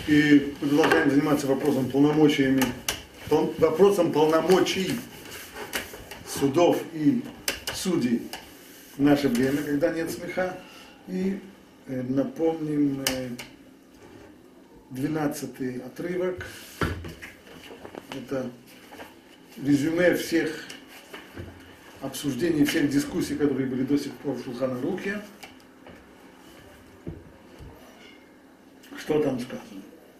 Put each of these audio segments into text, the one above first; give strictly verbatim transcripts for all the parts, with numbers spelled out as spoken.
И продолжаем заниматься вопросом полномочиями, пол, вопросом полномочий судов и судей в наше время, когда нет смеха. И э, напомним э, двенадцатый отрывок. Это резюме всех обсуждений, всех дискуссий, которые были до сих пор в Шулхан Арухе. Что там сказано?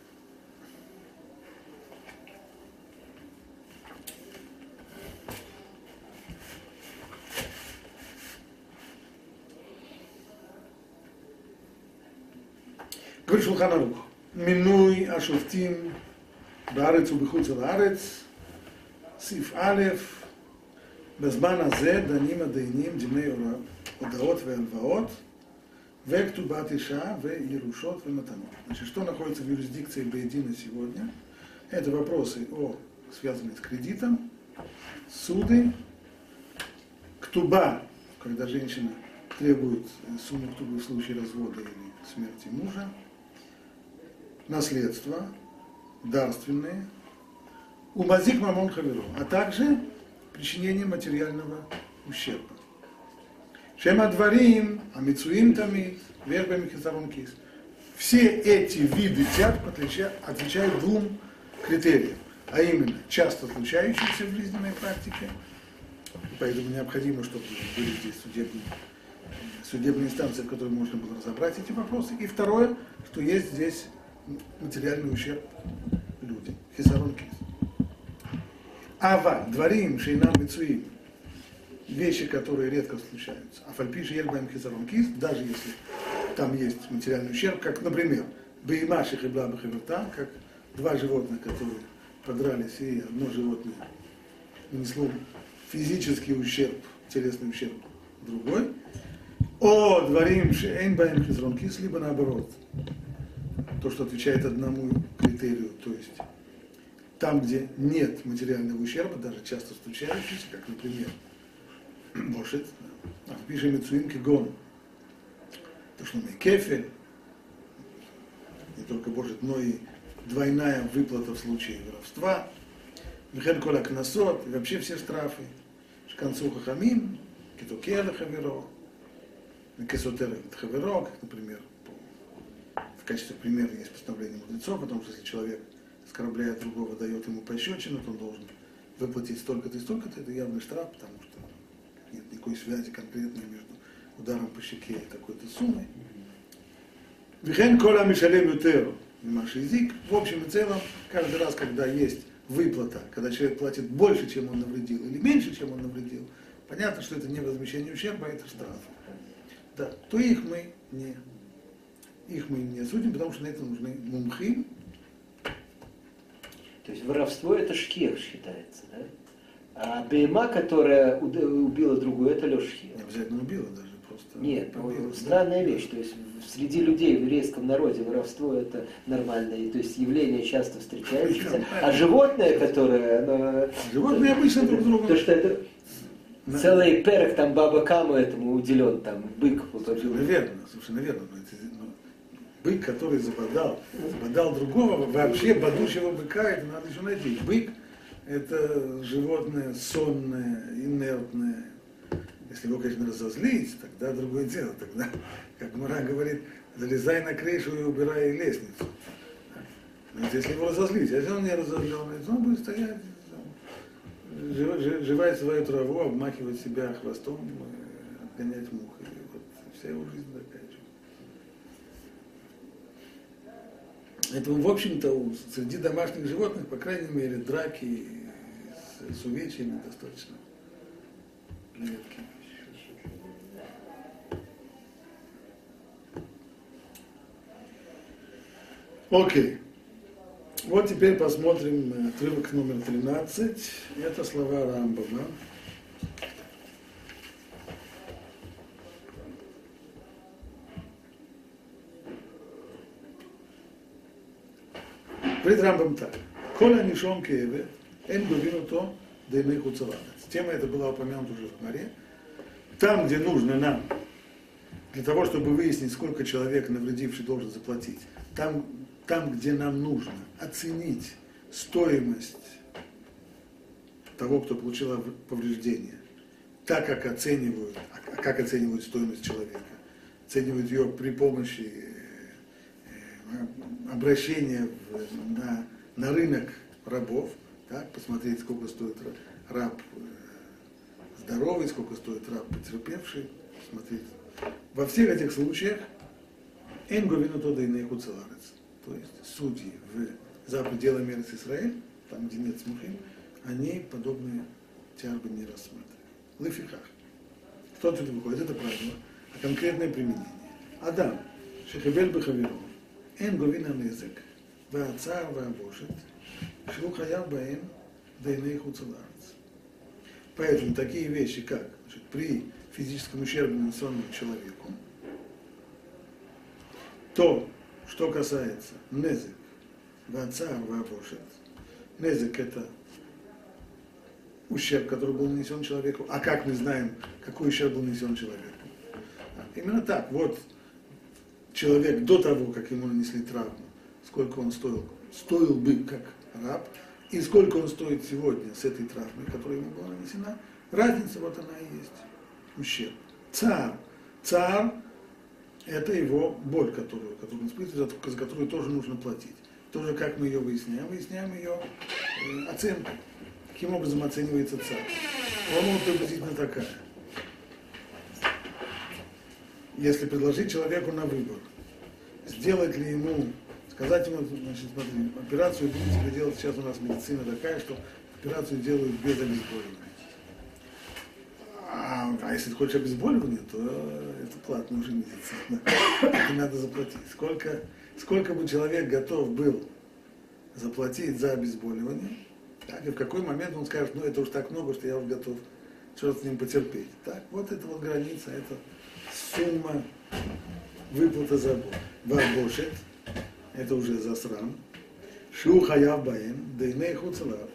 Говорит Шулхан Арух: Минуй ашуфтим баарец убихуц лаарец, סעיף א', בזמן הזה דנים הדיינים דיני הודאות והלוואות וכתובת אישה וירושות ומתנות. Значит, что находится в юрисдикции Бейдина сегодня? Это вопросы, о, связанные с кредитом, суды, ктуба, когда женщина требует сумму ктубы в случае развода или смерти мужа, наследство, дарственные, умазик мамон хаверо, а также причинение материального ущерба. Шем адварим, амицуим тамид, вербами хизарон кис. Все эти виды тяг отвечают двум критериям, а именно часто случающиеся в жизненной практике, поэтому необходимо, чтобы были здесь судебные, судебные инстанции, в которых можно было разобрать эти вопросы. И второе, что есть здесь материальный ущерб людям. Хизарон кис. Ава, дворим, шейнам, мицуим, вещи, которые редко случаются. А фальпиши ельбаем хизарон кис, даже если там есть материальный ущерб, как, например, беймаших и блабах и верта, как два животных, которые подрались, и одно животное нанесло физический ущерб, телесный ущерб другой. О, дворим, шейн баем хизарон кис, либо наоборот. То, что отвечает одному критерию, то есть там, где нет материального ущерба, даже часто случающийся, как, например, бошит, пишем мицуим кигон, то, что мы кефель, не только бошит, но и двойная выплата в случае воровства, михен коля кнасот, и вообще все штрафы, шканцу хахамим, китокеля хаверо, кесотера хаверо, как, например, в качестве примера есть постановление мудрецов, потому что если человек оскорбляет другого, дает ему пощечину, то он должен выплатить столько-то и столько-то, это явный штраф, потому что нет никакой связи конкретной между ударом по щеке и какой-то суммой. Вихен кола мишалем ютер, маши язык. В общем и целом, каждый раз, когда есть выплата, когда человек платит больше, чем он навредил, или меньше, чем он навредил, понятно, что это не возмещение ущерба, а это штраф. Да, то их мы не, их мы не судим, потому что на это нужны мумхи. То есть воровство это шкир считается, да? А бейма, которая убила другую, это лёж шкир. Не обязательно убила даже, просто... Нет, ну, странная вещь. То есть среди людей в еврейском народе воровство это нормальное, то есть явление часто встречающееся. А животное, которое... Оно... Животные обычно друг друга... То, что это... Да. Целый перек, там баба Каму этому уделен, там бык. Совершенно верно, совершенно верно. Бык, который забодал, забодал другого, вообще бодущего быка, это надо еще найти. Бык – это животное сонное, инертное. Если его, конечно, разозлить, тогда другое дело. Тогда, как Мара говорит, залезай на крышу и убирай лестницу. Но если его разозлить, а если он не разозленный, то он будет стоять, жевать свою траву, обмахивать себя хвостом, отгонять мух. И вот вся его жизнь такая же. Поэтому, в общем-то, среди домашних животных, по крайней мере, драки с, с увечьями достаточно редкие. Окей. Вот теперь посмотрим отрывок номер тринадцать. Это слова Рамбама. Говорит Рамбам так. Коля нишом кеве, эн довинуто дейны хуцаванец. Тема эта была упомянута уже в Гмаре. Там, где нужно нам, для того, чтобы выяснить, сколько человек навредивший должен заплатить, там там, где нам нужно оценить стоимость того, кто получил повреждение, так как оценивают, а как оценивают стоимость человека, оценивают ее при помощи обращения в, на, на рынок рабов, так, посмотреть, сколько стоит раб здоровый, сколько стоит раб потерпевший, смотреть. Во всех этих случаях Энговину тода и Нейхуцеларец, то есть судьи в, за пределами Эрец Исраэль, там, где нет смухим, они подобные тярбы не рассматривают. Лефихах. Что отсюда выходит? Это правило, а конкретное применение. Адам, шехебель бехаверо, Энговина незек, ваацар ваабошет, шлухаяв баэн, да и Нейхуцеларец. Поэтому такие вещи, как значит, при физическом ущербе, нанесенному человеку, то, что касается незек, ваацар ваабошет, незек – это ущерб, который был нанесен человеку. А как мы знаем, какой ущерб был нанесен человеку? Именно так. Вот человек до того, как ему нанесли травму, сколько он стоил, стоил бы как раб, и сколько он стоит сегодня с этой травмой, которая ему была нанесена, разница вот она и есть. Ущерб. Царь. Царь – это его боль, которую, которую он испытывает, за которую тоже нужно платить. Тоже как мы ее выясняем? Выясняем ее э, оценкой. Каким образом оценивается царь? Формула приблизительно такая. Если предложить человеку на выбор, сделать ли ему, сказать ему, значит, смотри, операцию будете делать, сейчас у нас медицина такая, что операцию делают без обезболивания. А, а если ты хочешь обезболивание, то это платная уже медицина. Это надо заплатить. Сколько, сколько бы человек готов был заплатить за обезболивание, так, и в какой момент он скажет, ну это уж так много, что я уже готов что-то с ним потерпеть. Так, вот это вот граница, это сумма выплата за боль. Вабошет, это уже засрам. Шу хаяв баэн, да и нейхуцеларец.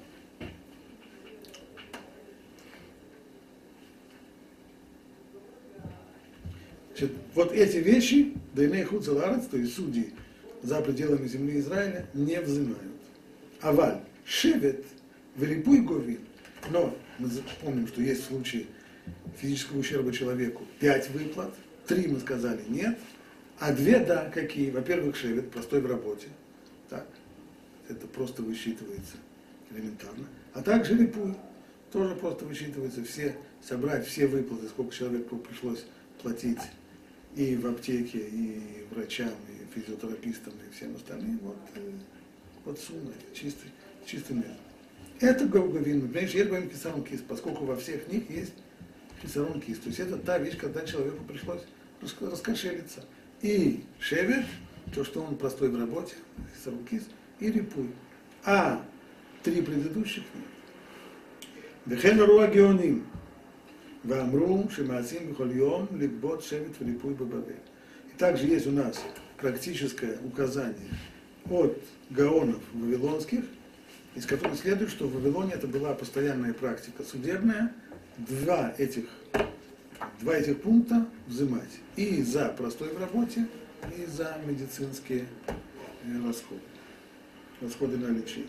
Значит, вот эти вещи, да и нейхуцеларец, то есть судьи за пределами земли Израиля, не взимают. Аваль. Шевет, велипуй говин. Но мы помним, что есть случаи физического ущерба человеку пять выплат, три мы сказали нет, а две да, какие? Во-первых, шевет, простой в работе. Так, это просто высчитывается элементарно. А также липуй, тоже просто высчитывается, все, собрать все выплаты, сколько человеку пришлось платить и в аптеке, и врачам, и физиотерапистам, и всем остальным. Вот, вот сумма, чистый. Чистый мир. Это говговин, понимаешь, ербаем кисарон кис, поскольку во всех них есть кисарон кис. То есть это та вещь, когда человеку пришлось раскошелиться. И шевет, то, что он простой в работе, кисарон кис, и рипуй. А три предыдущих нет. Вехен руа геоним. Вамру шемаасим бихоль йом ликбот шевет врипуй бабавель. И также есть у нас практическое указание от гаонов вавилонских, из которых следует, что в Вавилоне это была постоянная практика судебная, два этих, два этих пункта взимать. И за простой в работе, и за медицинские расходы. Расходы на лечение.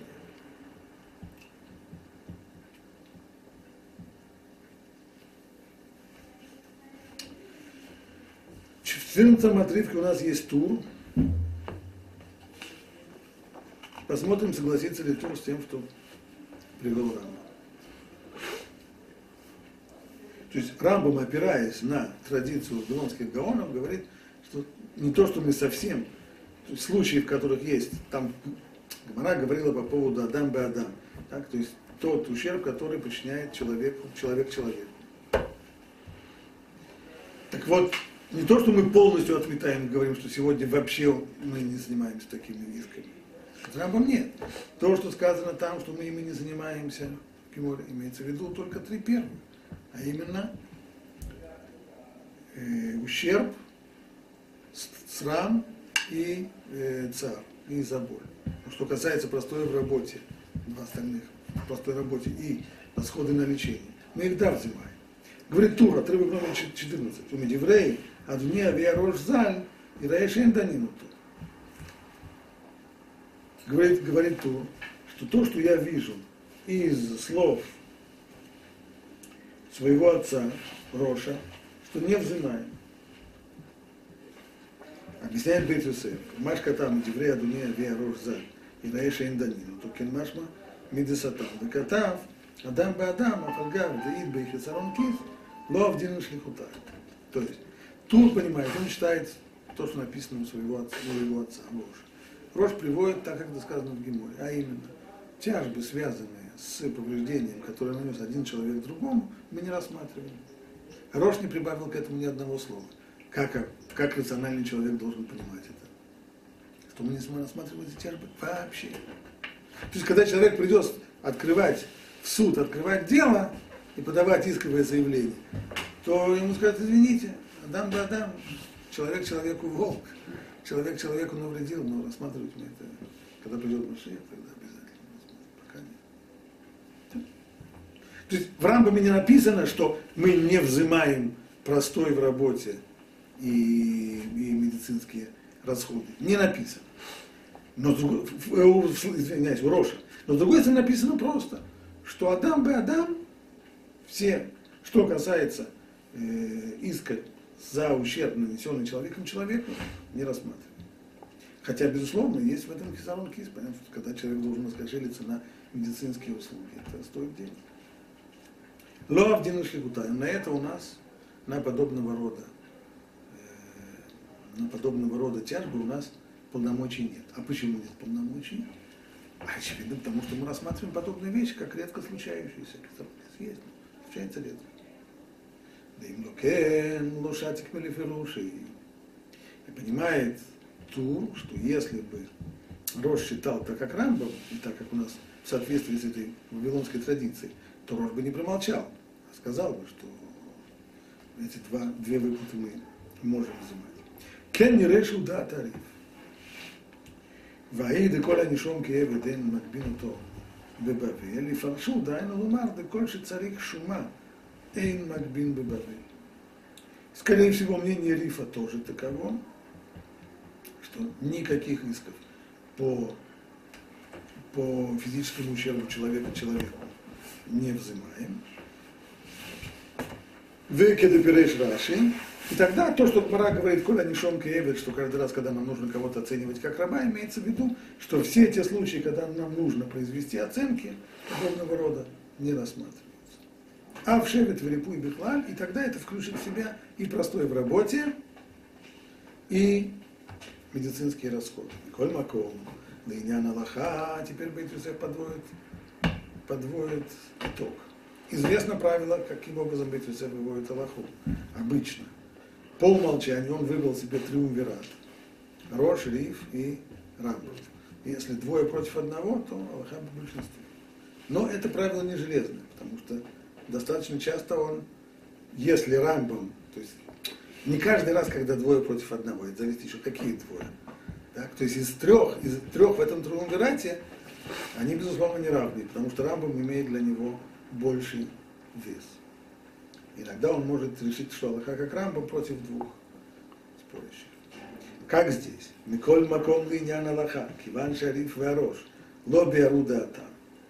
В четырнадцатом отрывке у нас есть тур. Посмотрим, согласится ли Тур с тем, что привел Рамбам. То есть Рамбам, опираясь на традицию вавилонских гаонов, говорит, что не то, что мы совсем, то есть случаи, в которых есть, там Гемара говорила по поводу Адам бе Адам, так, то есть тот ущерб, который причиняет человеку, человек человеку. Так вот, не то, что мы полностью отметаем, говорим, что сегодня вообще мы не занимаемся такими исками. Рамбам нет. То, что сказано там, что мы ими не занимаемся, имеется в виду только три первых, а именно э, ущерб, срам и э, цар, и заболь. Но что касается простой в работе, два остальных, простой работе и расходы на лечение, мы их да взимаем. Говорит Тур, отрывок номер четырнадцать. У Медиврей, Адуни Авиарош Заль, и Раешен Данинуту. говорит, говорит то, что то, что я вижу из слов своего отца, Роша, что не взимаем. Объясняет Бейт Йосеф. Машка там, Деврея Адуния, Вея Рош За, и Наэша Инданину, то кен машма Мидесатам. Векатав, Адам Баадам, Афальгав, Деид Бейхесарон Кис, Лов Дину Шлихута. То есть, тут, понимаете, он читает то, что написано у своего отца, у его отца Роша. Рош приводит, так как это сказано в Геморе, а именно, тяжбы, связанные с повреждением, которое нанес один человек другому, мы не рассматриваем. Рош не прибавил к этому ни одного слова. Как, как рациональный человек должен понимать это? Что мы не сможем рассматривать эти тяжбы вообще. То есть, когда человек придет открывать в суд, открывать дело и подавать исковое заявление, то ему скажут, извините, Адам да Адам, человек человеку волк, человек человеку навредил, но рассматривать мы это, когда придет Машиах, тогда обязательно. Пока нет. То есть в Рамбаме не написано, что мы не взимаем простой в работе и, и медицинские расходы. Не написано. Но, извиняюсь, у Роша. Но с другой стороны написано просто, что Адам бы Адам, все, что касается э, иска за ущерб, нанесенный человеком человеку, не рассматриваем. Хотя, безусловно, есть в этом хисарон кис, понятно, что когда человек должен раскошелиться на медицинские услуги, это стоит денег. Лоав дину шлихутай. На это у нас, на подобного рода, э, на подобного рода тяжбы у нас полномочий нет. А почему нет полномочий? Очевидно, потому что мы рассматриваем подобные вещи, как редко случающиеся. Есть, случается редко. Да им локен лошатик мелиферуши. И понимает ту, что если бы Рош считал так, как Рамбам, и так, как у нас в соответствии с этой вавилонской традицией, то Рош бы не промолчал, а сказал бы, что эти два, две выплаты мы можем взимать. Кен не решил да тариф. והאי דכל הנישום כעבד אין מקבין אותו בבבל, יפרשו דהיינו לומר דכל שצריך שומה אין מקבין בבבל. Скорее всего, мнение Рифа тоже таково, что никаких исков по, по физическому ущербу человека человеку не взимаем. Векедепереш Раши. И тогда то, что Гмара говорит, коля нишом кеевет, что каждый раз, когда нам нужно кого-то оценивать как раба, имеется в виду, что все те случаи, когда нам нужно произвести оценки подобного рода, не рассматриваются. А в шевет, в репу и бихлаль, и тогда это включит в себя и простой в работе, и медицинские расходы. Коль маком, дыня налаха, теперь Бейт Йосеф подводит, подводит итог. Известно правило, каким образом Бейт Йосеф выводит алаху. Обычно. По умолчанию он выбрал себе триумвират. Рош, Риф и Рамбам. Если двое против одного, то алаха в большинстве. Но это правило не железное, потому что достаточно часто он, если Рамбам, то есть не каждый раз, когда двое против одного, это зависит еще какие двое. Так? То есть из трех, из трех в этом триумвирате они, безусловно, не равны, потому что Рамбам имеет для него больший вес. Иногда он может решить, что алаха как Рамбам против двух спорящих. Как здесь? Миколь маком линьян алаха, киван шариф варош, лоби аруда там.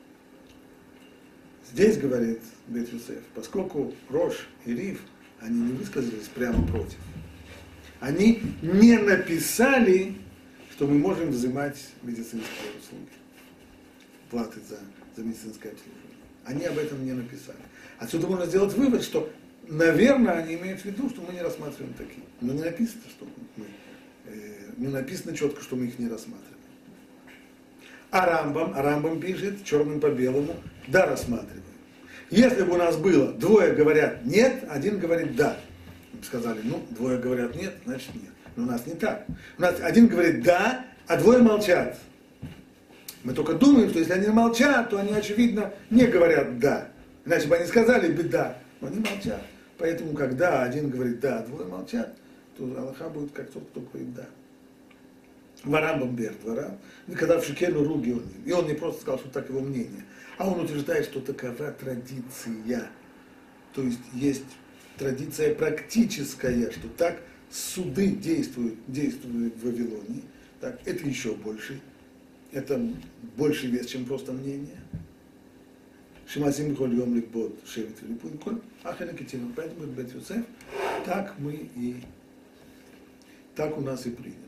Здесь, говорит Бейт Йосеф, поскольку Рош и Риф, они не высказались прямо против, они не написали, что мы можем взимать медицинские услуги, платы за, за медицинское обслуживание. Они об этом не написали. Отсюда можно сделать вывод, что, наверное, они имеют в виду, что мы не рассматриваем такие. Но не написано, что мы, э, не написано четко, что мы их не рассматриваем. А Рамбам, а Рамбам пишет черным по белому, да, рассматриваем. Если бы у нас было, двое говорят нет, один говорит да. Мы бы сказали, ну, двое говорят нет, значит нет. Но у нас не так. У нас один говорит да, а двое молчат. Мы только думаем, что если они молчат, то они, очевидно, не говорят «да». Иначе бы они сказали бы «да», но они молчат. Поэтому, когда один говорит «да», а двое молчат, то алаха будет как тот, кто говорит «да». Варамбам бер двора, когда в Шикену руги он. И он не просто сказал, что так его мнение, а он утверждает, что такова традиция. То есть есть традиция практическая, что так суды действуют, действуют в Вавилоне. Так, это еще больший это больше вес, чем просто мнение. Шимасим Бихоль Йом Ликбот Шевит Вилипун Коль Ахелек Китину. Поэтому Бет Йосеф, так мы и так у нас и принято.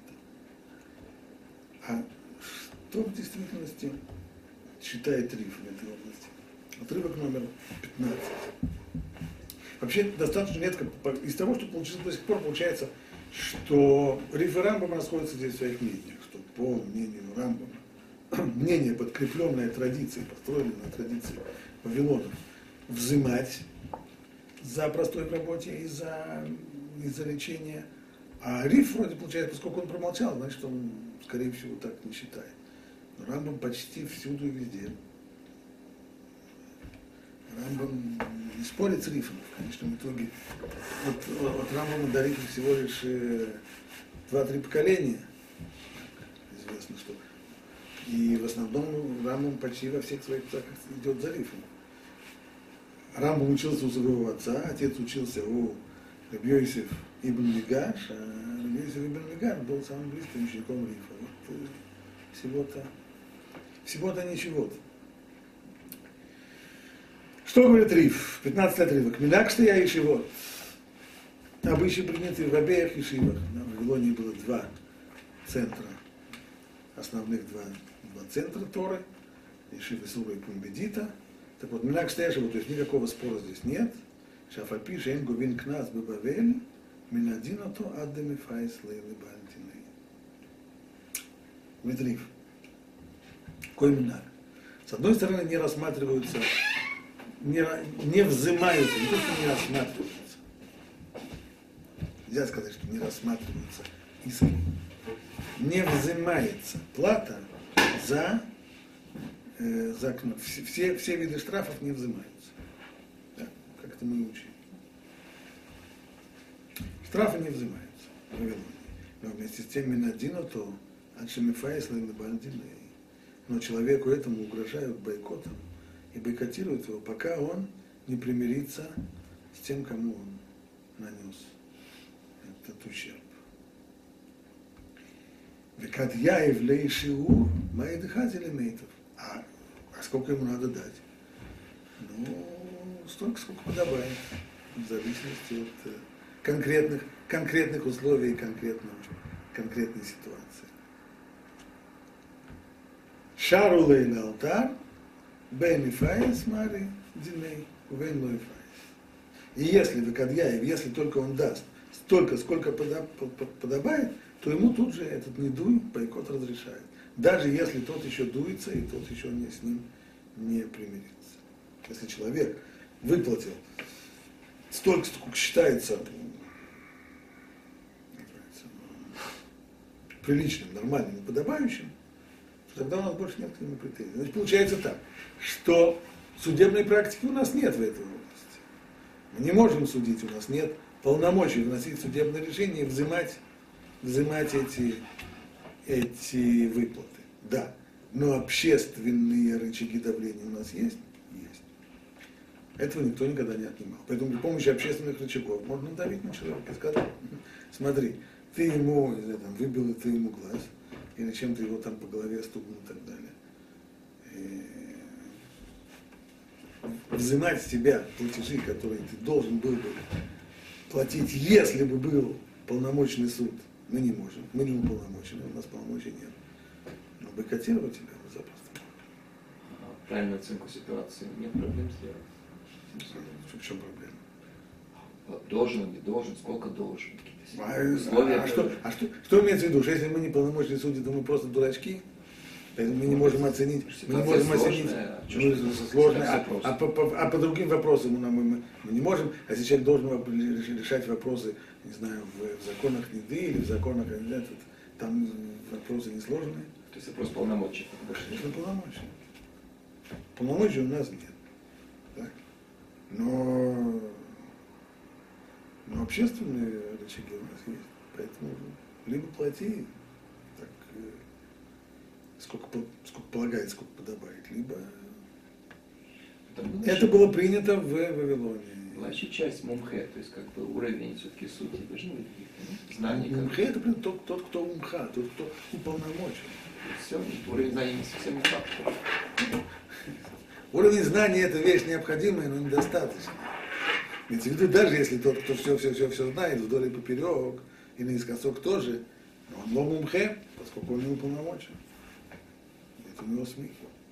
А что в действительности считает Риф в этой области? Отрывок номер пятнадцать. Вообще достаточно редко, из того, что получилось до сих пор, получается, что Риф и Рамбам расходятся здесь в своих мнениях, что по мнению Рамбама, мнение, подкрепленное традицией, построенное на традиции Вавилона, взимать за простой в работе и за, и за лечение. А Риф вроде получается, поскольку он промолчал, значит, он, скорее всего, так не считает. Но Рамбам почти всюду и везде. Рамбам не спорит с Рифом, в конечном итоге. От, от Рамбама до Рифа всего лишь э, два-три поколения, известно что. И в основном Рамбам почти во всех своих псаках идет за Рифом. Рамбам учился у своего отца, отец учился у Раби Йосеф ибн Мигаш, а Раби Йосеф ибн Мигаш был самым близким учеником Рифа. Вот э, всего-то, всего-то ничего-то. Что говорит Риф? пятнадцатый отрывок. Минак что я ешивот. Обычно приняты в обеих ешивах. В Вавилонии было два центра, основных два, два центра Торы. Ешивы Сура и Пумбедита. Так вот, Минак что я ешивот, то есть никакого спора здесь нет. Шафальпи шейн гувин кназ бебавель. Минадинато аддеми файс лейлы бантиней. Говорит Риф. Какой Минак? С одной стороны, не рассматриваются Не, не взимаются, не то, что не рассматриваются. Нельзя сказать, что не рассматриваются иски. Не взимается плата за, э, за все, все виды штрафов не взимаются. Да, как это мы учим. Штрафы не взимаются в Вавилоне. Но вместе с тем Минадино то от Шемифаис Лейнабандиней. Но человеку этому угрожают бойкотом и бойкотируют его, пока он не примирится с тем, кому он нанес этот ущерб. Векадьяев лейшиу маэдыхазели мейтов. А, а сколько ему надо дать? Ну, столько, сколько подобает, в зависимости от конкретных, конкретных условий и конкретного, конкретной ситуации. Шару лейна алтар, бен ифаис мари диней, вен ло ифаис. И если Векадьяев, если только он даст столько, сколько подобает, то ему тут же этот недуй бойкот разрешает. Даже если тот еще дуется, и тот еще не, с ним не примирится. Если человек выплатил столько, сколько считается приличным, нормальным и подобающим, тогда у нас больше нет к нему претензий. Значит, получается так, что судебной практики у нас нет в этой области. Мы не можем судить, у нас нет полномочий вносить судебное решение и взимать, взимать эти, эти выплаты. Да, но общественные рычаги давления у нас есть? Есть. Этого никто никогда не отнимал. Поэтому при помощи общественных рычагов можно давить на человека и сказать: смотри, ты ему, не знаю, там, выбил ты ему глаз, или чем-то его там по голове стукнул и так далее. И взимать с тебя платежи, которые ты должен был бы платить, если бы был полномочный суд, мы не можем. Мы не уполномочены, у нас полномочий нет. Но бойкотировать тебя мы запросто можем. А правильную оценку ситуации нет проблем сделать? В чем проблема? Должен, не должен, сколько должен? А, а, что, а что, что имеется в виду? Что если мы не полномочные судьи, то мы просто дурачки? Поэтому мы не можем оценить. Мы не можем оценить. Ну, сложно. А, а, по, по, а по другим вопросам мы, мы, мы не можем. А если человек должен решать вопросы, не знаю, в, в законах Ниды или в законах, там вопросы несложные. То есть вопрос полномочий. Конечно, полномочий. Полномочий у нас нет. Так? Но, но общественные рычаги у нас есть. Поэтому либо плати, так, сколько, сколько полагается, сколько подобает, либо... Это, это было принято в Вавилоне. Была еще часть мумхе, то есть как бы уровень все-таки судей должны быть каких-то знаний. Мумхе это тот, тот, кто умха, тот, кто уполномочен. Все, уровень знаний не совсем не так. Уровень знаний это вещь необходимая, но недостаточно. Имеется в виду, даже если тот, кто все, все, все, все знает, вдоль и поперек, и наискосок тоже, он ломумхе, поскольку он не уполномочен. Это у него смех.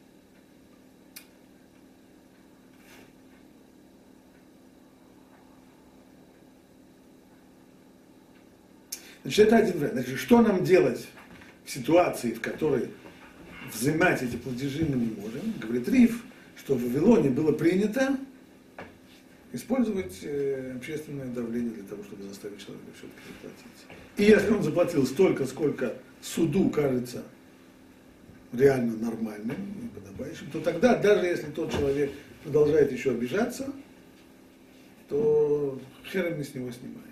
Значит, это один вариант. Значит, что нам делать в ситуации, в которой взимать эти платежи мы не можем? Говорит Риф, что в Вавилоне было принято использовать э, общественное давление для того, чтобы заставить человека все-таки заплатить. И если он заплатил столько, сколько суду кажется реально нормальным и подобающим, то тогда, даже если тот человек продолжает еще обижаться, то хером мы с него снимаем.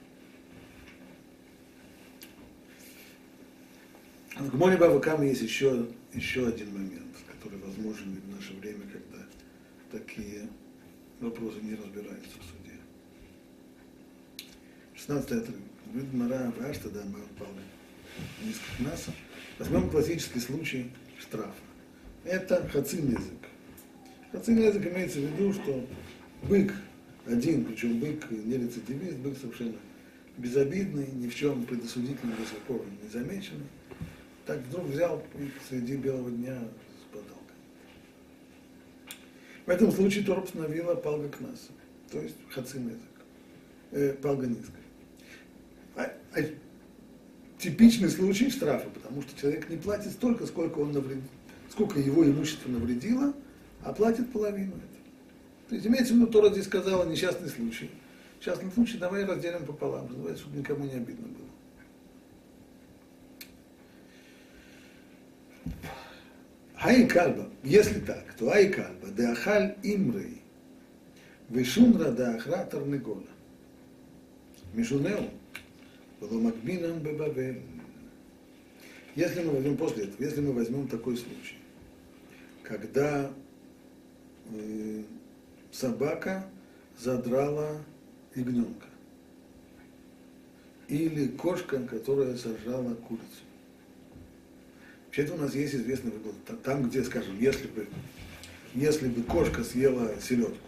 В Гморе Бава Камы есть еще, еще один момент, который возможен в наше время, когда такие вопросы не разбираются в суде. шестнадцатый отрывок. Говорит Гмара, Ашта, да, Павел, несколько нас. Возьмем классический случай штрафа. Это хацин язык. Хацин язык имеется в виду, что бык один, причем бык не рецидивист, бык совершенно безобидный, ни в чем предосудительным до сих пор не замеченный. Так вдруг взял и среди белого дня с подалкой. В этом случае Тора постановила палга кнаса, то есть хацин язык, э, палга низкая. А, а, типичный случай штрафа, потому что человек не платит столько, сколько он навредил, сколько его имущество навредило, а платит половину этого. То есть имеется в виду, Тора здесь сказала несчастный случай. Несчастный случай давай разделим пополам, чтобы никому не обидно было. Айкальба, если так, то айкальба, деахаль имрей, вишунра деахра тарнегола. Мишунеу, воломакбинам бебавель. Если мы возьмем после этого, если мы возьмем такой случай, когда э, собака задрала ягненка, или кошка, которая сожрала курицу. Вообще-то у нас есть известный выклад. Там, где, скажем, если бы, если бы кошка съела селедку,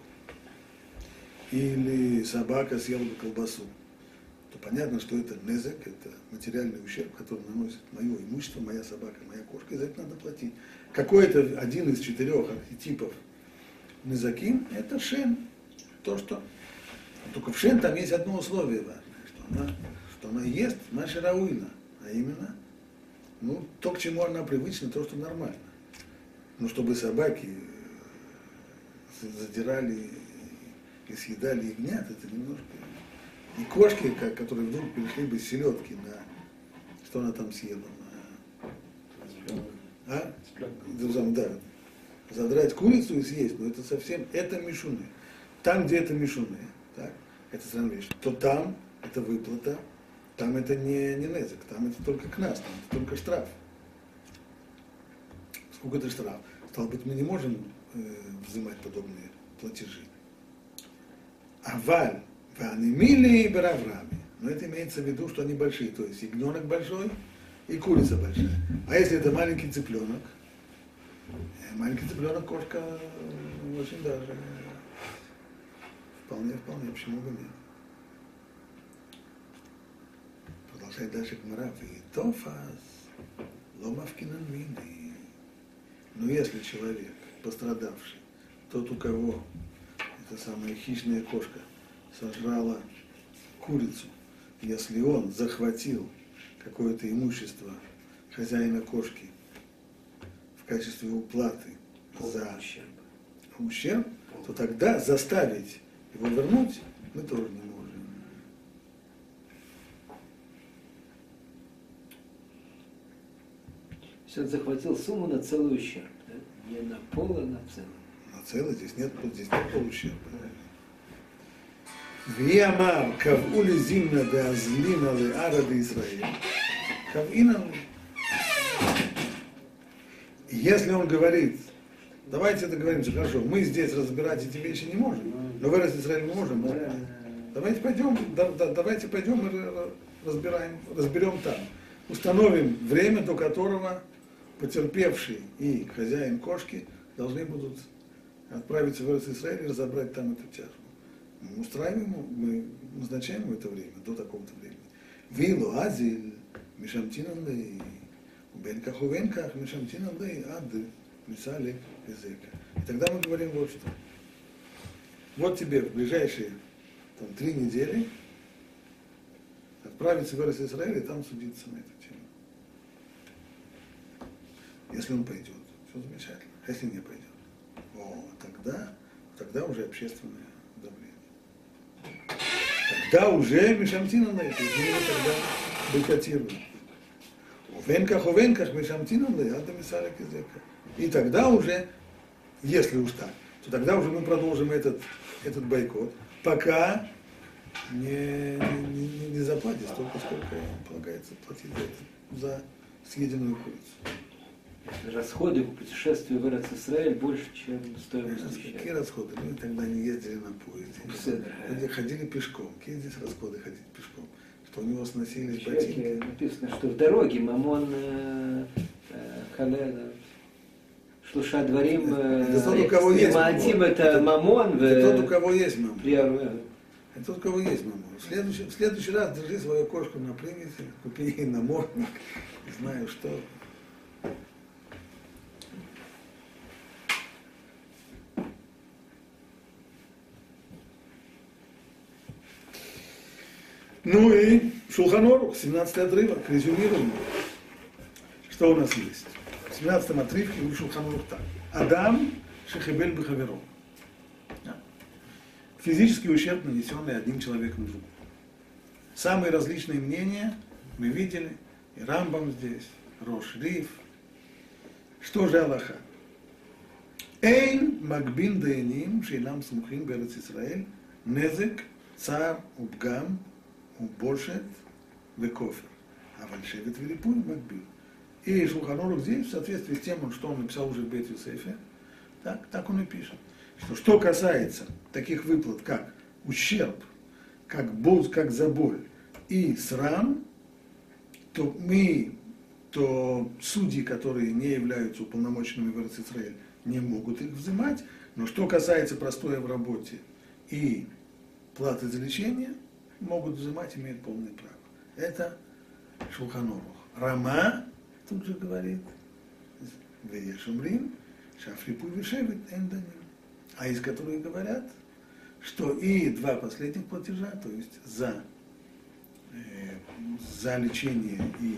или собака съела бы колбасу, то понятно, что это незек, это материальный ущерб, который наносит мое имущество, моя собака, моя кошка, и за это надо платить. Какой-то один из четырех архетипов незаким, это шен. То, что... Только в шен там есть одно условие важное, что она, что она ест наша рауина, а именно ну, то, к чему она привычна, то, что нормально. Ну, чтобы собаки задирали и съедали ягнят, это немножко... И кошки, которые вдруг перешли бы с селедки на... Что она там съела? На... А? Да. Задрать курицу и съесть, но это совсем... Это мишуны. Там, где это мишуны, так, это странная вещь, то там это выплата, там это не, не незик, там это только кнас, там это только штраф. Сколько это штраф? Стало быть, мы не можем э, взимать подобные платежи. Аваль, ванемили и бараврами. Но это имеется в виду, что они большие, то есть ягненок большой и курица большая. А если это маленький цыпленок, э, маленький цыпленок, кошка э, очень даже вполне, вполне, почему бы нет. Продолжает дальше Гмара. Тофас, ломавкинан вины. Но если человек, пострадавший, тот, у кого эта самая хищная кошка сожрала курицу, если он захватил какое-то имущество хозяина кошки в качестве уплаты за ущерб, то тогда заставить его вернуть мы тоже не можем. Он захватил сумму на целый ущерб, да? Не на пол, а на целый. На целый, здесь нет, здесь нет полущерба. Виамар кавули зимна де азлина ле ара де Исраэль. Кавина. Если он говорит, давайте договоримся, хорошо, мы здесь разбирать эти вещи не можем, но в Израиле мы можем. Да? Давайте пойдем, да, да, давайте пойдем и разбираем, разберем там. Установим время, до которого потерпевший и хозяин кошки должны будут отправиться в Иерусалим и разобрать там эту тяжбу. Мы устраиваем, мы назначаем ему это время, до такого-то времени. Вилу, азиль, мишамтинан лей, убенках, увенках, мишамтинан лей, ад, мисали, языка. И тогда мы говорим вот что. Вот тебе в ближайшие там, три недели отправиться в Иерусалим и там судиться на эту тему. Если он пойдет, все замечательно. А если не пойдет, о, тогда, тогда уже общественное давление. Тогда уже Мишамтина на это, мы тогда бойкотируем. В венках, в венках Мишамтина на это, и тогда уже, если уж так, то тогда уже мы продолжим этот, этот бойкот, пока не, не, не, не заплатит столько, сколько полагается платить за, за съеденную курицу. Расходы по путешествию в Иерусалим больше, чем стоимость. Какие расходы? Мы тогда не ездили на поезде. Люди ходили пешком. Какие здесь расходы ходить пешком? Что у него сносились ботинки? Написано, что в дороге мамон халена. Шлуша дворим. Это тот, у кого есть мамон. Это мамон. Это тот, у кого есть мамон. Это тот, у кого есть мамон. В следующий, в следующий раз держи свою кошку на привязи, купи ей намордник, не знаю что. Ну и Шулхан Арух, семнадцатый отрывок, резюмируем. Что у нас есть? В семнадцатом отрывке у Шулхан Арух так. Адам шехебель бехаверо. Физический ущерб, нанесенный одним человеком другому. Самые различные мнения мы видели. И Рамбам здесь, Рош Риф. Что же Аллаха? Эйн макбин даяним шейлам смухим берец Исраэль незек цар убгам убошет векофер. А вальшевит велипуй макбин. И Шулхан Арух здесь, в соответствии с тем, что он написал уже в Бейт Йосефе, так, так он и пишет. Что, что касается таких выплат, как ущерб, как боль, как за боль и срам, то мы, то судьи, которые не являются уполномоченными в Эрец-Исраэль, не могут их взимать. Но что касается простоя в работе и платы за лечение, могут взимать, имеют полное право. Это Шулхан Арух. Рама тут же говорит, Веешумрим, Шафрипуй Вишевит Энданим. А из которых говорят, что и два последних платежа, то есть за, э, за лечение и,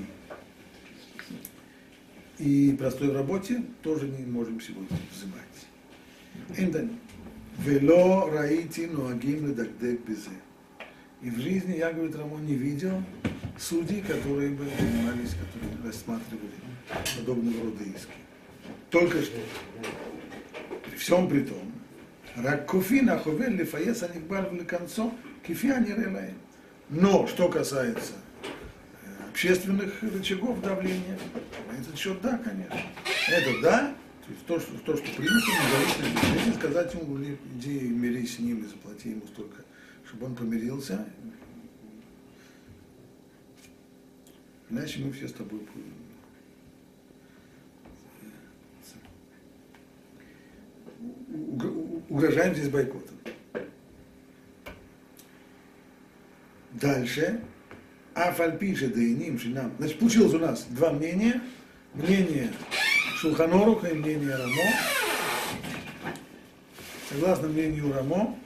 и простой в работе, тоже не можем сегодня взимать. Энданим. Вело раити ноагим ледагдек безе. И в жизни, я, говорит Рамон, не видел судей, которые бы занимались, которые рассматривали подобного рода иски. Только что. При всем при том, Раккуфина ховель лифаес аникбар в концо кифиа нерелаем. Но что касается общественных рычагов давления, этот счет да, конечно. Это да, то есть то, что, то, что принято, независимо. Если сказать ему, иди мирись с ним и заплати ему столько, чтобы он помирился, иначе мы все с тобой угрожаем здесь бойкотом. Дальше. Афальпише даиним шинам. Значит, получилось у нас два мнения. Мнение Шулхан Аруха и мнение Рамо. Согласно мнению Рамо,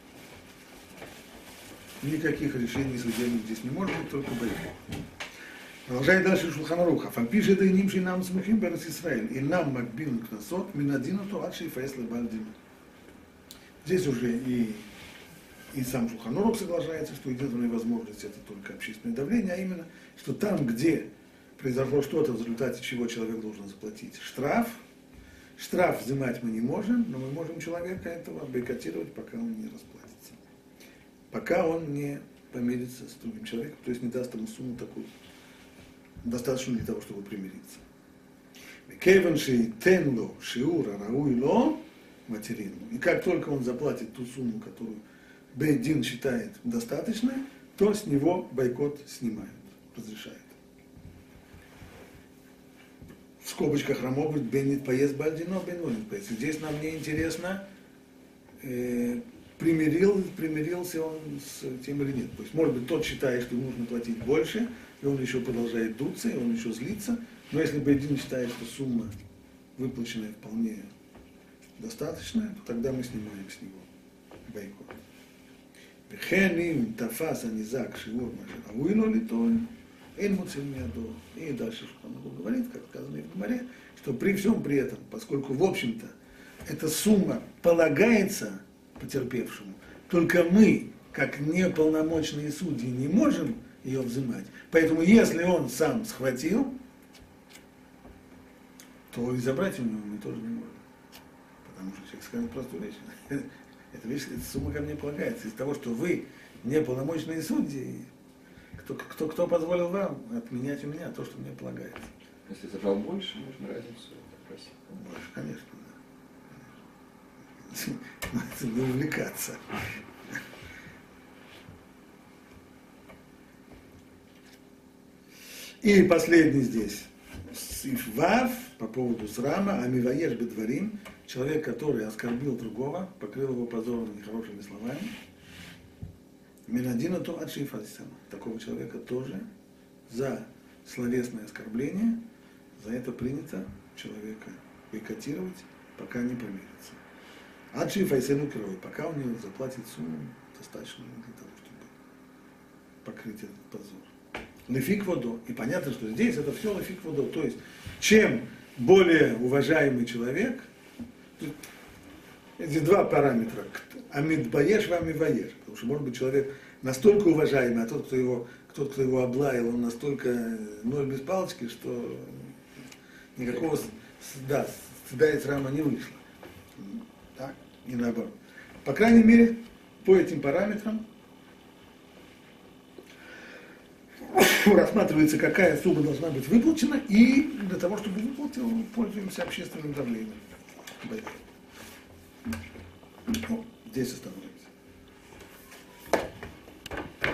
никаких решений судебных здесь не может быть, только бойкот. Продолжает дальше Шулхан Арух. Афальпише даиним шинам смухим берец Исраэль. И нам макбил кнасот минадинату ад шейфаэс лебальдину. Здесь уже и, и сам Шулхан Арух соглашается, что единственная возможность это только общественное давление, а именно, что там, где произошло что-то, в результате чего человек должен заплатить штраф, штраф взимать мы не можем, но мы можем человека этого бойкотировать, пока он не расплатится. Пока он не помирится с другим человеком, то есть не даст ему сумму такую, достаточно для того, чтобы примириться. Материну. И как только он заплатит ту сумму, которую Бейдин считает достаточной, то с него бойкот снимают, разрешают. В в скобочках Рамо будет Беннит поест Бальдино, Бенвонит поест. Здесь нам не интересно, э, примирил, примирился он с тем или нет. То есть, может быть, тот считает, что ему нужно платить больше, и он еще продолжает дуться, и он еще злится. Но если Бейдин считает, что сумма выплаченная вполне достаточная, то тогда мы снимаем с него бойкот. Вехеним тафас анизак шиур маширавуйло литой, эн муцельмиадо. И дальше он говорит, как сказано в Гемаре, что при всем при этом, поскольку, в общем-то, эта сумма полагается потерпевшему, только мы, как неполномочные судьи, не можем ее взимать. Поэтому, если он сам схватил, то и забрать у него мы тоже не можем. Потому что человек скажет простую вещь. Эта вещь, эта сумма ко мне полагается. Из-за того, что вы неполномочные судьи, кто, кто, кто позволил вам отменять у меня то, что мне полагается. Если забрал больше, можно разницу попросить. Больше, конечно, да. Надо не увлекаться. И последний здесь. Сифвав по поводу срама, амиваеш бедварим, человек, который оскорбил другого, покрыл его позором нехорошими словами. Минадина то от шифасисама. Такого человека тоже за словесное оскорбление, за это принято человека бойкотировать, пока не помирится. От шифасисама крови, пока он не заплатит сумму достаточную для того, чтобы покрыть этот позор. Лефик водо. И понятно, что здесь это все лефик водо. То есть, чем более уважаемый человек, эти два параметра, амид баеш, вами ваеш. Потому что, может быть, человек настолько уважаемый, а тот, кто его, тот, кто его облаял, он настолько ноль без палочки, что никакого да, стыда и срама не вышло. Так? И наоборот. По крайней мере, по этим параметрам рассматривается, какая сумма должна быть выплачена, и для того, чтобы выплатить, пользуемся общественным давлением. Ну, здесь остановимся.